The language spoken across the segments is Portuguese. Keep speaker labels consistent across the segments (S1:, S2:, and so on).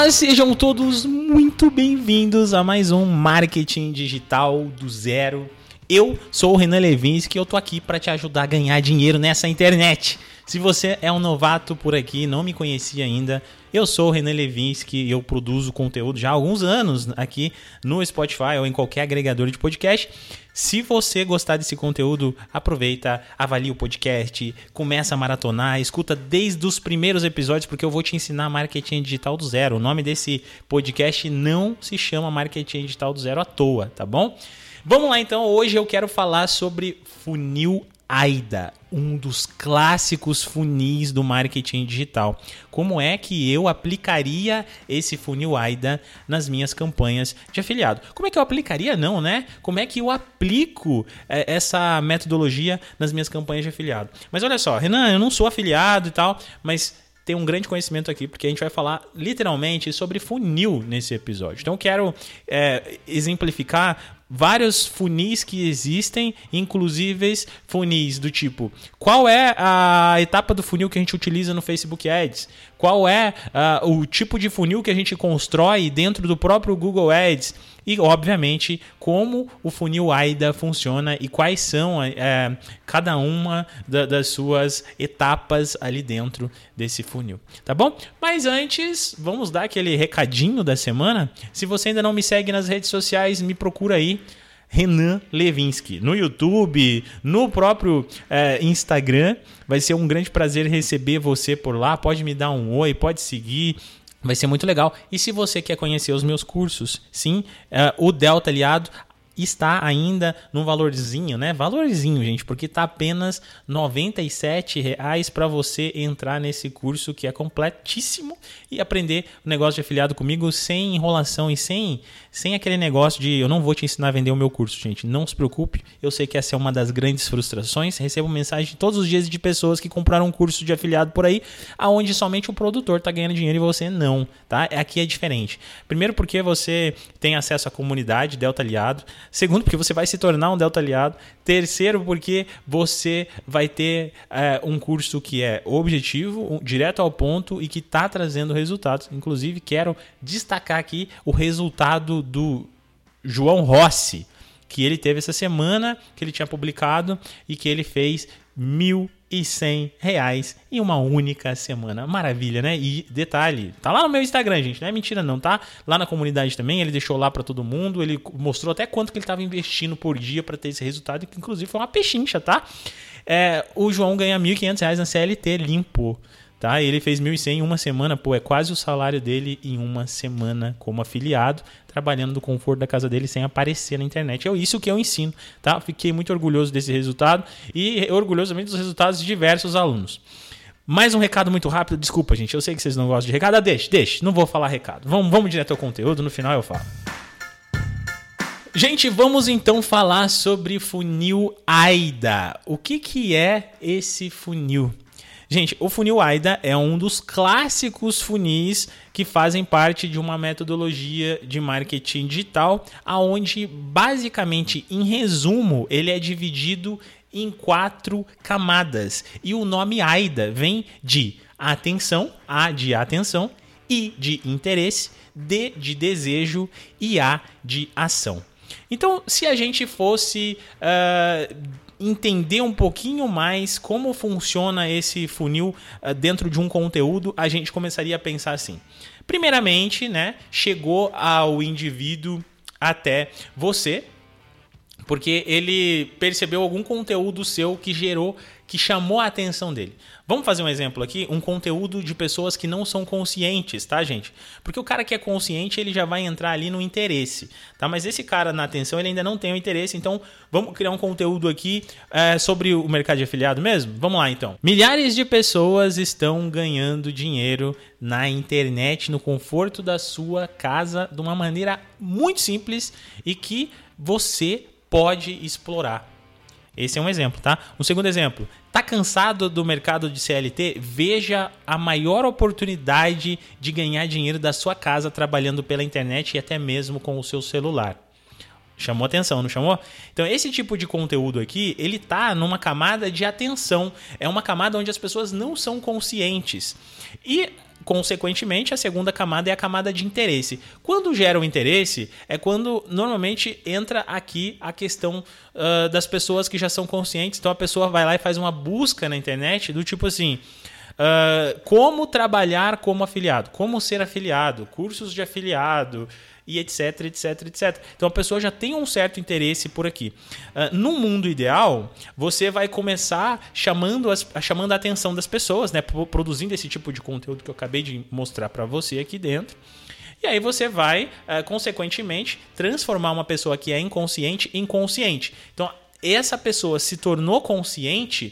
S1: Sejam todos muito bem-vindos a mais um Marketing Digital do Zero. Eu sou o Renan Levinsky e eu tô aqui para te ajudar a ganhar dinheiro nessa internet. Se você é um novato por aqui, não me conhecia ainda, eu sou o Renan Levinsky e eu produzo conteúdo já há alguns anos aqui no Spotify ou em qualquer agregador de podcast. Se você gostar desse conteúdo, aproveita, avalia o podcast, começa a maratonar, escuta desde os primeiros episódios, porque eu vou te ensinar marketing digital do zero. O nome desse podcast não se chama Marketing Digital do Zero à toa, tá bom? Vamos lá então, hoje eu quero falar sobre funil AIDA, um dos clássicos funis do marketing digital. Como é que eu aplicaria esse funil AIDA nas minhas campanhas de afiliado? Como é que eu aplicaria? Não, né? Como é que eu aplico essa metodologia nas minhas campanhas de afiliado? Mas olha só, Renan, eu não sou afiliado e tal, mas tem um grande conhecimento aqui, porque a gente vai falar literalmente sobre funil nesse episódio. Então eu quero exemplificar vários funis que existem, inclusive funis do tipo: qual é a etapa do funil que a gente utiliza no Facebook Ads? Qual é o tipo de funil que a gente constrói dentro do próprio Google Ads? E, obviamente, como o funil AIDA funciona e quais são cada uma das suas etapas ali dentro desse funil. Tá bom? Mas antes, vamos dar aquele recadinho da semana. Se você ainda não me segue nas redes sociais, me procura aí. Renan Levinsky, no YouTube, no próprio Instagram. Vai ser um grande prazer receber você por lá. Pode me dar um oi, pode seguir. Vai ser muito legal. E se você quer conhecer os meus cursos, sim, o Delta Aliado está ainda num valorzinho, né? Valorzinho, gente, porque está apenas R$ 97,00 para você entrar nesse curso que é completíssimo e aprender o negócio de afiliado comigo sem enrolação e sem aquele negócio de eu não vou te ensinar a vender o meu curso, gente. Não se preocupe, eu sei que essa é uma das grandes frustrações. Recebo mensagem todos os dias de pessoas que compraram um curso de afiliado por aí, aonde somente o produtor está ganhando dinheiro e você não, tá? Aqui é diferente. Primeiro porque você tem acesso à comunidade Delta Aliado. Segundo, porque você vai se tornar um Delta Aliado. Terceiro, porque você vai ter um curso que é objetivo, direto ao ponto e que está trazendo resultados. Inclusive, quero destacar aqui o resultado do João Rossi, que ele teve essa semana, que ele tinha publicado e que ele fez R$ 1.100 em uma única semana. Maravilha, né? E detalhe, tá lá no meu Instagram, gente, não é mentira não, tá? Lá na comunidade também, ele deixou lá para todo mundo, ele mostrou até quanto que ele estava investindo por dia para ter esse resultado, que inclusive foi uma pechincha, tá? O João ganha R$ 1.500 na CLT limpo, tá? Ele fez 1.100 em uma semana, pô, é quase o salário dele em uma semana como afiliado, trabalhando do conforto da casa dele sem aparecer na internet. É isso que eu ensino, tá? Fiquei muito orgulhoso desse resultado e orgulhoso também dos resultados de diversos alunos. Mais um recado muito rápido, desculpa, gente, eu sei que vocês não gostam de recado, deixa, não vou falar recado. Vamos direto ao conteúdo, no final eu falo. Gente, vamos então falar sobre funil AIDA. O que é esse funil? Gente, o funil AIDA é um dos clássicos funis que fazem parte de uma metodologia de marketing digital, onde basicamente, em resumo, ele é dividido em 4 camadas. E o nome AIDA vem de atenção, A de atenção, I de interesse, D de desejo e A de ação. Então, se a gente fosse entender um pouquinho mais como funciona esse funil dentro de um conteúdo, a gente começaria a pensar assim. Primeiramente, né, chegou ao indivíduo até você, porque ele percebeu algum conteúdo seu que chamou a atenção dele. Vamos fazer um exemplo aqui, um conteúdo de pessoas que não são conscientes, tá, gente? Porque o cara que é consciente, ele já vai entrar ali no interesse, tá? Mas esse cara na atenção, ele ainda não tem o interesse, então vamos criar um conteúdo aqui sobre o mercado de afiliado mesmo? Vamos lá, então. Milhares de pessoas estão ganhando dinheiro na internet, no conforto da sua casa, de uma maneira muito simples e que você pode explorar. Esse é um exemplo, tá? Um segundo exemplo. Tá cansado do mercado de CLT? Veja a maior oportunidade de ganhar dinheiro da sua casa trabalhando pela internet e até mesmo com o seu celular. Chamou atenção, não chamou? Então, esse tipo de conteúdo aqui, ele tá numa camada de atenção. É uma camada onde as pessoas não são conscientes. E consequentemente, a segunda camada é a camada de interesse. Quando gera o interesse, é quando normalmente entra aqui a questão das pessoas que já são conscientes. Então a pessoa vai lá e faz uma busca na internet do tipo assim... como trabalhar como afiliado, como ser afiliado, cursos de afiliado e etc, etc, etc. Então a pessoa já tem um certo interesse por aqui. No mundo ideal, você vai começar chamando a atenção das pessoas, né, produzindo esse tipo de conteúdo que eu acabei de mostrar para você aqui dentro. E aí você vai, consequentemente, transformar uma pessoa que é inconsciente em consciente. Então essa pessoa se tornou consciente.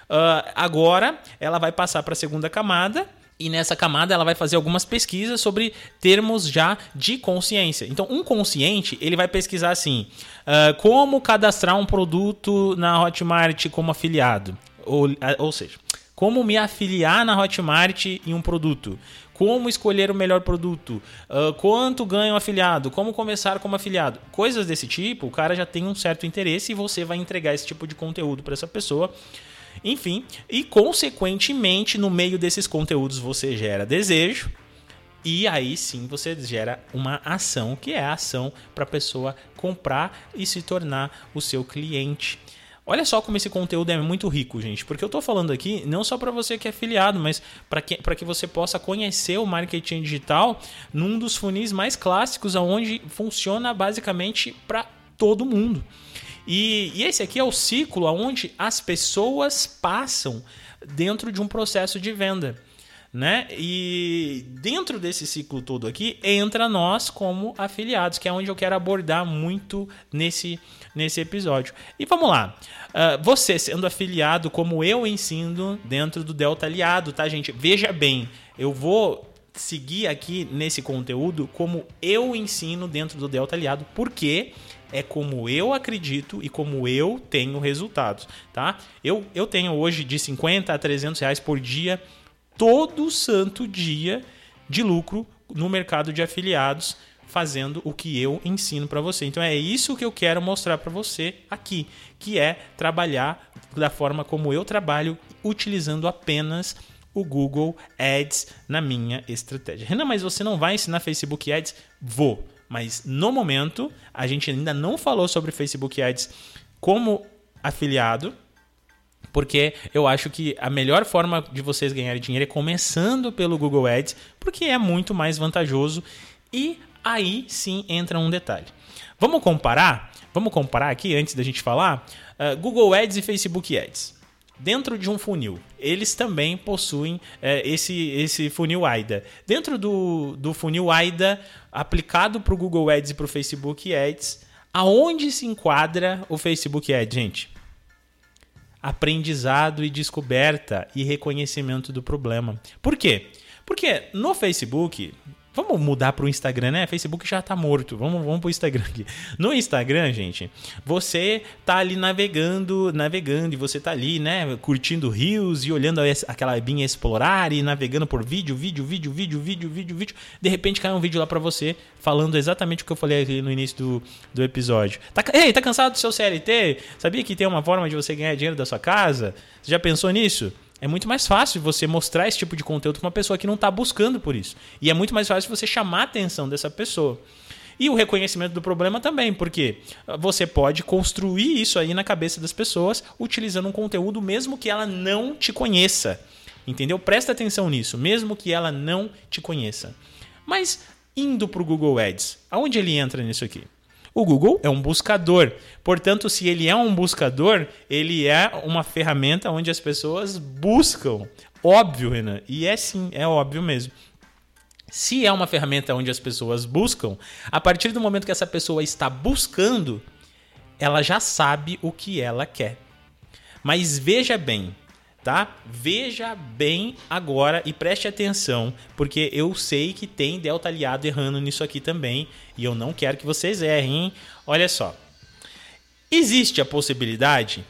S1: Agora ela vai passar para a segunda camada e nessa camada ela vai fazer algumas pesquisas sobre termos já de consciência. Então um consciente ele vai pesquisar assim, como cadastrar um produto na Hotmart como afiliado, ou seja, como me afiliar na Hotmart em um produto, como escolher o melhor produto, quanto ganha um afiliado, como começar como afiliado, coisas desse tipo. O cara já tem um certo interesse e você vai entregar esse tipo de conteúdo para essa pessoa. Enfim, e consequentemente no meio desses conteúdos você gera desejo e aí sim você gera uma ação, que é a ação para a pessoa comprar e se tornar o seu cliente. Olha só como esse conteúdo é muito rico, gente, porque eu estou falando aqui não só para você que é afiliado, mas para que você possa conhecer o marketing digital num dos funis mais clássicos, onde funciona basicamente para todo mundo. E esse aqui é o ciclo onde as pessoas passam dentro de um processo de venda, né? E dentro desse ciclo todo aqui entra nós como afiliados, que é onde eu quero abordar muito nesse episódio. E vamos lá. Você sendo afiliado, como eu ensino dentro do Delta Aliado, tá, gente? Veja bem, eu vou seguir aqui nesse conteúdo como eu ensino dentro do Delta Aliado, porque é como eu acredito e como eu tenho resultados, tá? Eu tenho hoje de 50 a 300 reais por dia, todo santo dia de lucro no mercado de afiliados, fazendo o que eu ensino para você. Então é isso que eu quero mostrar para você aqui, que é trabalhar da forma como eu trabalho, utilizando apenas o Google Ads na minha estratégia. Renan, mas você não vai ensinar Facebook Ads? Vou. Mas no momento, a gente ainda não falou sobre Facebook Ads como afiliado, porque eu acho que a melhor forma de vocês ganharem dinheiro é começando pelo Google Ads, porque é muito mais vantajoso. E aí sim entra um detalhe. Vamos comparar aqui, antes da gente falar, Google Ads e Facebook Ads. Dentro de um funil, eles também possuem esse funil AIDA. Dentro do funil AIDA, aplicado para o Google Ads e para o Facebook Ads, aonde se enquadra o Facebook Ads, gente? Aprendizado e descoberta e reconhecimento do problema. Por quê? Porque no Facebook... Vamos mudar para o Instagram, né? Facebook já está morto. Vamos para o Instagram aqui. No Instagram, gente, você tá ali navegando e você tá ali, né? Curtindo Reels e olhando aquela abinha explorar e navegando por vídeo. De repente cai um vídeo lá para você falando exatamente o que eu falei aqui no início do episódio. Tá cansado do seu CLT? Sabia que tem uma forma de você ganhar dinheiro da sua casa? Você já pensou nisso? É muito mais fácil você mostrar esse tipo de conteúdo para uma pessoa que não está buscando por isso. E é muito mais fácil você chamar a atenção dessa pessoa. E o reconhecimento do problema também, porque você pode construir isso aí na cabeça das pessoas utilizando um conteúdo mesmo que ela não te conheça. Entendeu? Presta atenção nisso, mesmo que ela não te conheça. Mas indo para o Google Ads, aonde ele entra nisso aqui? O Google é um buscador. Portanto, se ele é um buscador, ele é uma ferramenta onde as pessoas buscam. Óbvio, Renan. E é sim, é óbvio mesmo. Se é uma ferramenta onde as pessoas buscam, a partir do momento que essa pessoa está buscando, ela já sabe o que ela quer. Mas veja bem, tá? Veja bem agora e preste atenção, porque eu sei que tem Delta Aliado errando nisso aqui também e eu não quero que vocês errem, hein? Olha só. Existe a possibilidade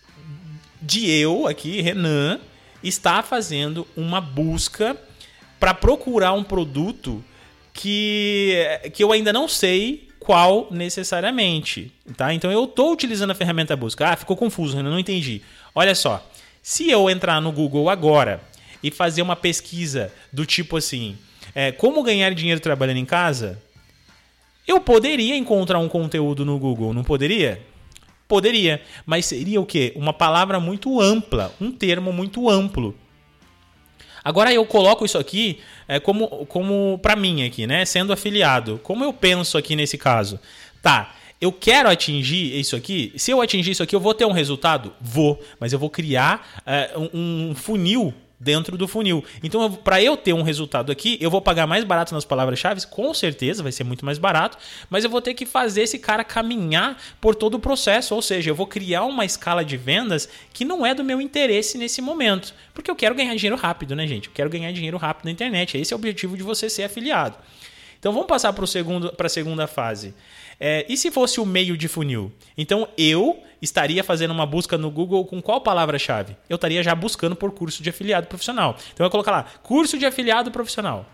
S1: de eu aqui, Renan, estar fazendo uma busca para procurar um produto que eu ainda não sei qual necessariamente, tá? Então eu estou utilizando a ferramenta busca. Ficou confuso, Renan, não entendi. Olha só. Se eu entrar no Google agora e fazer uma pesquisa do tipo assim, como ganhar dinheiro trabalhando em casa, eu poderia encontrar um conteúdo no Google, não poderia? Poderia, mas seria o quê? Uma palavra muito ampla, um termo muito amplo. Agora eu coloco isso aqui como para mim aqui, né? Sendo afiliado. Como eu penso aqui nesse caso? Tá, eu quero atingir isso aqui. Se eu atingir isso aqui, eu vou ter um resultado? Vou, mas eu vou criar um funil dentro do funil. Então, para eu ter um resultado aqui, eu vou pagar mais barato nas palavras-chave, com certeza vai ser muito mais barato, mas eu vou ter que fazer esse cara caminhar por todo o processo, ou seja, eu vou criar uma escala de vendas que não é do meu interesse nesse momento, porque eu quero ganhar dinheiro rápido, né, gente? Eu quero ganhar dinheiro rápido na internet, esse é o objetivo de você ser afiliado. Então, vamos passar para a segunda fase. E se fosse o meio de funil? Então, eu estaria fazendo uma busca no Google com qual palavra-chave? Eu estaria já buscando por curso de afiliado profissional. Então, eu vou colocar lá, curso de afiliado profissional.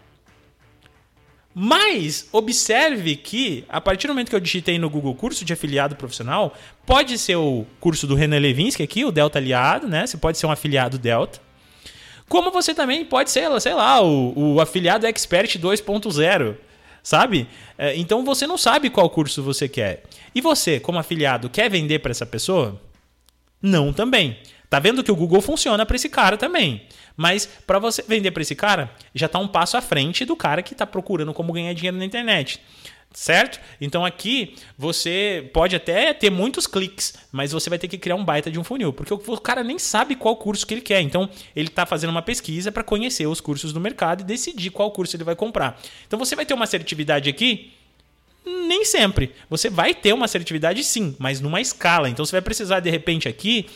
S1: Mas, observe que, a partir do momento que eu digitei no Google curso de afiliado profissional, pode ser o curso do Renan Levinsky aqui, o Delta Aliado, né? Você pode ser um afiliado Delta. Como você também pode ser, sei lá, o afiliado Expert 2.0. Sabe? Então você não sabe qual curso você quer. E você, como afiliado, quer vender para essa pessoa? Não também. Tá vendo que o Google funciona para esse cara também. Mas para você vender para esse cara, já está um passo à frente do cara que está procurando como ganhar dinheiro na internet. Certo? Então aqui você pode até ter muitos cliques, mas você vai ter que criar um baita de um funil, porque o cara nem sabe qual curso que ele quer. Então ele está fazendo uma pesquisa para conhecer os cursos do mercado e decidir qual curso ele vai comprar. Então você vai ter uma assertividade aqui? Nem sempre. Você vai ter uma assertividade sim, mas numa escala. Então você vai precisar de repente aqui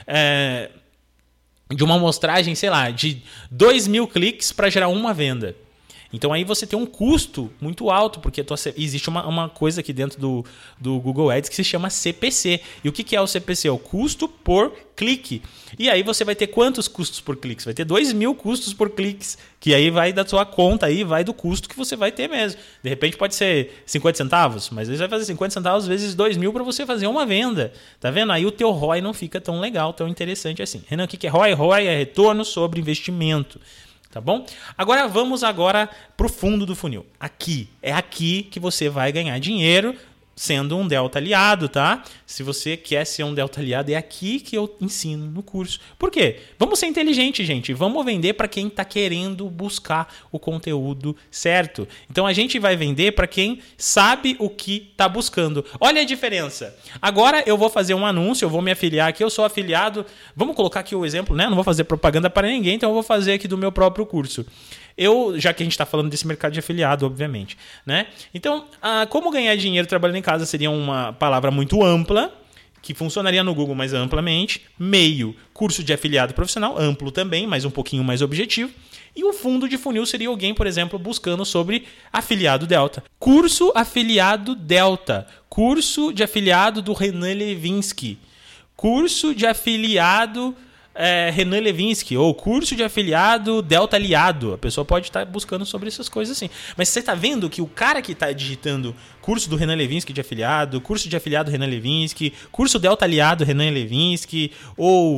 S1: de uma amostragem, sei lá, de 2.000 cliques para gerar uma venda. Então aí você tem um custo muito alto, porque existe uma coisa aqui dentro do Google Ads que se chama CPC. E o que é o CPC? É o custo por clique. E aí você vai ter quantos custos por clique? Você vai ter 2.000 custos por cliques, que aí vai da sua conta, aí vai do custo que você vai ter mesmo. De repente pode ser 50 centavos, mas aí você vai fazer 50 centavos vezes 2.000 para você fazer uma venda. Tá vendo? Aí o teu ROI não fica tão legal, tão interessante assim. Renan, o que é ROI? ROI é retorno sobre investimento. Tá bom? Agora vamos para o fundo do funil. É aqui que você vai ganhar dinheiro sendo um Delta Aliado, tá? Se você quer ser um Delta Aliado, é aqui que eu ensino no curso. Por quê? Vamos ser inteligentes, gente. Vamos vender para quem está querendo buscar o conteúdo certo. Então a gente vai vender para quem sabe o que está buscando. Olha a diferença. Agora eu vou fazer um anúncio, eu vou me afiliar aqui, eu sou afiliado. Vamos colocar aqui o exemplo, né? Não vou fazer propaganda para ninguém, então eu vou fazer aqui do meu próprio curso. Já que a gente está falando desse mercado de afiliado, obviamente, né? Então, como ganhar dinheiro trabalhando em casa seria uma palavra muito ampla, que funcionaria no Google mais amplamente. Meio, curso de afiliado profissional, amplo também, mas um pouquinho mais objetivo. E o fundo de funil seria alguém, por exemplo, buscando sobre afiliado Delta. Curso afiliado Delta. Curso de afiliado do Renan Levinsky. Curso de afiliado Renan Levinsky, ou curso de afiliado Delta Aliado. A pessoa pode estar buscando sobre essas coisas assim. Mas você está vendo que o cara que está digitando curso do Renan Levinsky de afiliado, curso de afiliado Renan Levinsky, curso Delta Aliado Renan Levinsky, ou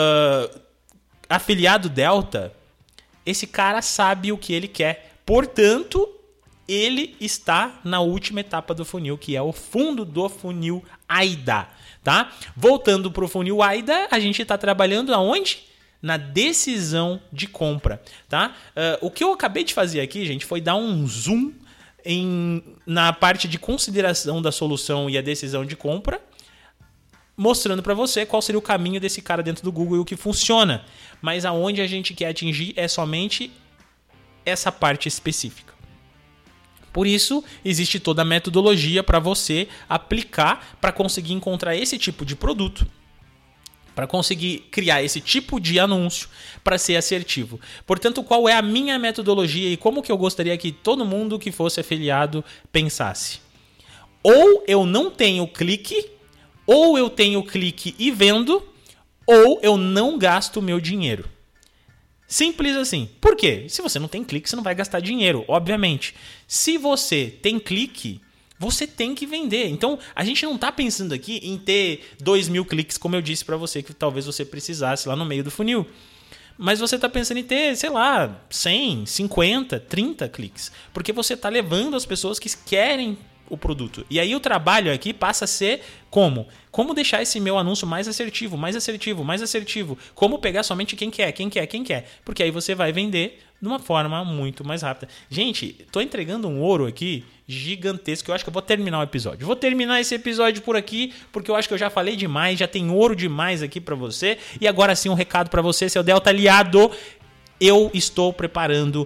S1: afiliado Delta, esse cara sabe o que ele quer. Portanto, ele está na última etapa do funil, que é o fundo do funil AIDA. Tá? Voltando para o funil AIDA, a gente está trabalhando aonde? Na decisão de compra. Tá? O que eu acabei de fazer aqui, gente, foi dar um zoom na parte de consideração da solução e a decisão de compra, mostrando para você qual seria o caminho desse cara dentro do Google e o que funciona. Mas aonde a gente quer atingir é somente essa parte específica. Por isso, existe toda a metodologia para você aplicar para conseguir encontrar esse tipo de produto, para conseguir criar esse tipo de anúncio, para ser assertivo. Portanto, qual é a minha metodologia e como que eu gostaria que todo mundo que fosse afiliado pensasse? Ou eu não tenho clique, ou eu tenho clique e vendo, ou eu não gasto o meu dinheiro. Simples assim. Por quê? Se você não tem clique, você não vai gastar dinheiro, obviamente. Se você tem clique, você tem que vender. Então, a gente não está pensando aqui em ter 2.000 cliques, como eu disse para você, que talvez você precisasse lá no meio do funil. mas você está pensando em ter, sei lá, 100, 50, 30 cliques. Porque você está levando as pessoas que querem o produto. E aí o trabalho aqui passa a ser como? Como deixar esse meu anúncio mais assertivo, mais assertivo, mais assertivo. Como pegar somente quem quer. Porque aí você vai vender de uma forma muito mais rápida. Gente, tô entregando um ouro aqui gigantesco. Eu acho que eu vou terminar o episódio. Vou terminar esse episódio por aqui, porque eu acho que eu já falei demais, já tem ouro demais aqui para você. E agora sim um recado para você, seu Delta aliado. Eu estou preparando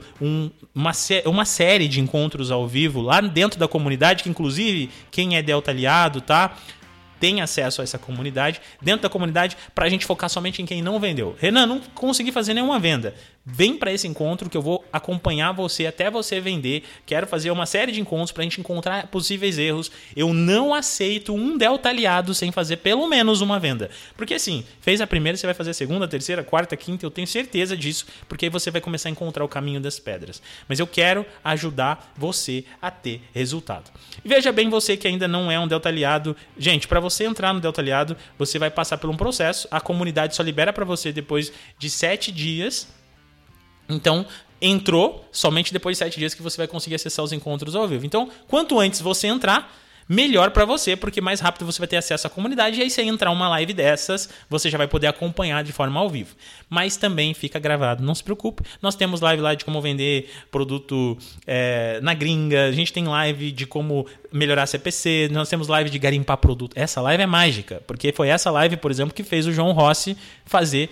S1: uma série de encontros ao vivo lá dentro da comunidade, que inclusive quem é Delta aliado, tá? Tem acesso a essa comunidade, dentro da comunidade, para a gente focar somente em quem não vendeu. Renan, não consegui fazer nenhuma venda. Vem para esse encontro que eu vou acompanhar você até você vender. Quero fazer uma série de encontros para a gente encontrar possíveis erros. Eu não aceito um Delta aliado sem fazer pelo menos uma venda. Porque assim, fez a primeira, você vai fazer a segunda, a terceira, a quarta, a quinta. Eu tenho certeza disso, porque aí você vai começar a encontrar o caminho das pedras. Mas eu quero ajudar você a ter resultado. E veja bem, você que ainda não é um Delta aliado. Gente, para você entrar no Delta aliado, você vai passar por um processo. A comunidade só libera para você depois de 7 dias. Então, entrou somente depois de 7 dias que você vai conseguir acessar os encontros ao vivo. Então, quanto antes você entrar, melhor para você, porque mais rápido você vai ter acesso à comunidade. E aí, se entrar uma live dessas, você já vai poder acompanhar de forma ao vivo. Mas também fica gravado, não se preocupe. Nós temos live lá de como vender produto na gringa. A gente tem live de como melhorar CPC. Nós temos live de garimpar produto. Essa live é mágica, porque foi essa live, por exemplo, que fez o João Rossi fazer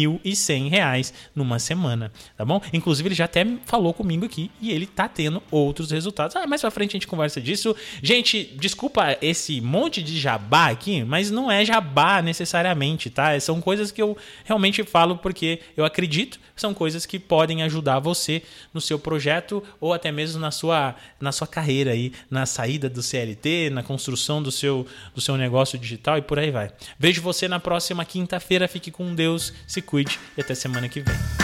S1: R$1.100 numa semana, tá bom? Inclusive, ele já até falou comigo aqui e ele tá tendo outros resultados. Mais pra frente a gente conversa disso. Gente, desculpa esse monte de jabá aqui, mas não é jabá necessariamente, tá? São coisas que eu realmente falo porque eu acredito que são coisas que podem ajudar você no seu projeto ou até mesmo na sua carreira aí, na saída do CLT, na construção do seu negócio digital e por aí vai. Vejo você na próxima quinta-feira. Fique com Deus, se cuide e até semana que vem.